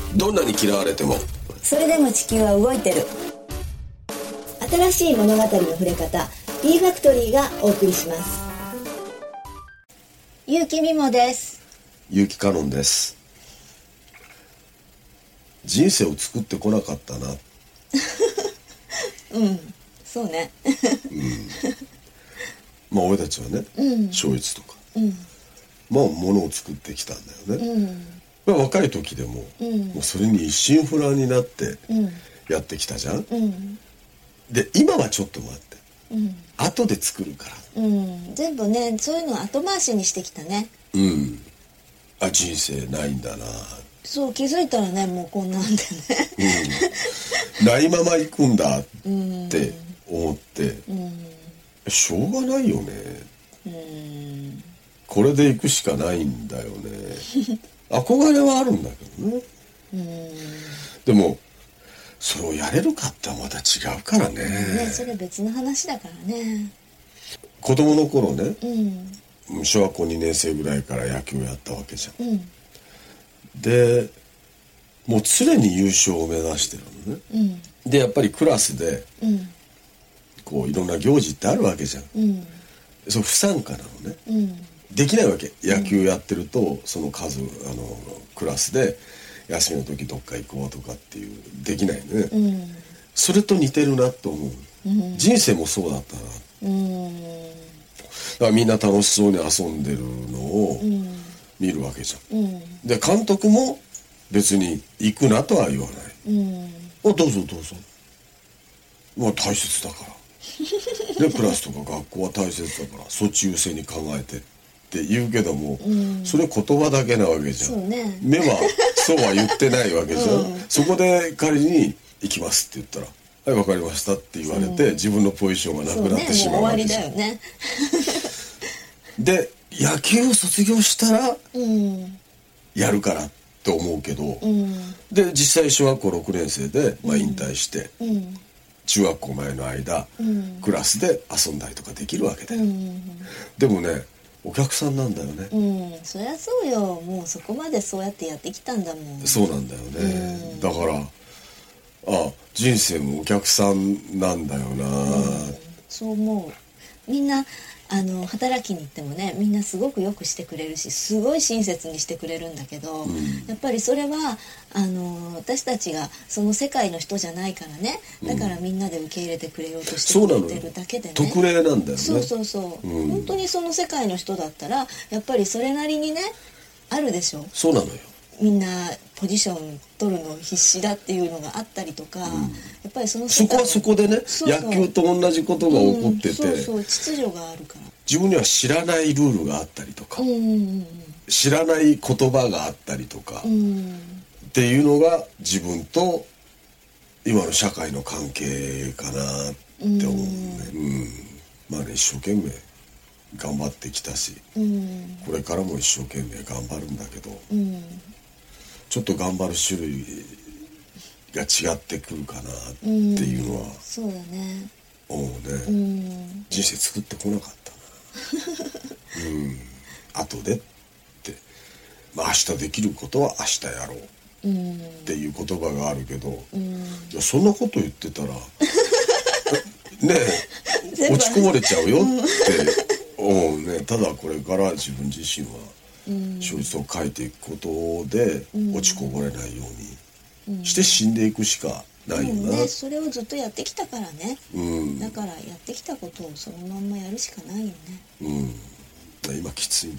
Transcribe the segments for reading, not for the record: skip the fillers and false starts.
どんなに嫌われてもそれでも地球は動いてる。新しい物語の触れ方、 T ファクトリーがお送りします。結城美萌です。 結城香音です。人生を作ってこなかったなそうねまあ俺たちはね、小一とか、まあ物を作ってきたんだよね、まあ、若い時でも、もうそれに一心不乱になってやってきたじゃん、で今はちょっと待って、後で作るから、 全部ね、そういうのを後回しにしてきたね。 あ、人生ないんだな。 そう気づいたらね、もうこんなんでね、 ないまま行くんだって思って、しょうがないよね、これで行くしかないんだよね憧れはあるんだけどね、でもそれをやれるかってまた違うからね。 それ別の話だからね。 子供の頃ね、小学校2年生ぐらいから野球をやったわけじゃん、でもう常に優勝を目指してるのね、でやっぱりクラスで、こういろんな行事ってあるわけじゃん、そう不参加なのね、できないわけ。野球やってるとその数クラスで休みの時どっか行こうとかっていうできないね、それと似てるなと思う、人生もそうだったな、だからみんな楽しそうに遊んでるのを見るわけじゃん、で監督も別に行くなとは言わない、どうぞどうぞ、まあ大切だからでクラスとか学校は大切だからそっち優先に考えてって言うけども、それ言葉だけなわけじゃん、目はそうは言ってないわけじゃん、そこで仮に行きますって言ったらはい分かりましたって言われて、自分のポジションがなくなってしまうわけじゃん、 もう終わりだよねで野球を卒業したらやるからって思うけど、で実際小学校6年生で、引退して、中学校前の間、クラスで遊んだりとかできるわけだよ、でもねお客さんなんだよね、 そりゃそうよ。もうそこまでそうやってやってきたんだもん。 そうなんだよね、だから人生もお客さんなんだよな、 そう思う。みんな働きに行ってもね、みんなすごくよくしてくれるし、すごい親切にしてくれるんだけど、やっぱりそれは私たちがその世界の人じゃないからね、だからみんなで受け入れてくれようとしてくれてるだけでね、 特例なんだよね。 そう、本当にその世界の人だったらやっぱりそれなりにねあるでしょ。 そうなのよ。 みんなポジション取るの必死だっていうのがあったりとか、やっぱりそこはそこでね、野球と同じことが起こってて、 秩序があるから、 自分には知らないルールがあったりとか、知らない言葉があったりとか、っていうのが自分と今の社会の関係かなって思うね、まあね、一生懸命頑張ってきたし、これからも一生懸命頑張るんだけど、ちょっと頑張る種類が違ってくるかなっていうのは、 そうだね、 思うね、人生作ってこなかったな後でって、まあ明日できることは明日やろうっていう言葉があるけど、いやそんなこと言ってたらねえ落ちこぼれちゃうよって思うね。ただこれから自分自身は小説を書いていくことで落ちこぼれないようにして死んでいくしかないよな、 それをずっとやってきたからね、だからやってきたことをそのまんまやるしかないよね。 今きついね。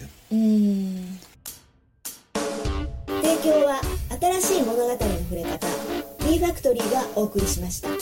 提供は新しい物語の触れ方 T ファクトリーがお送りしました。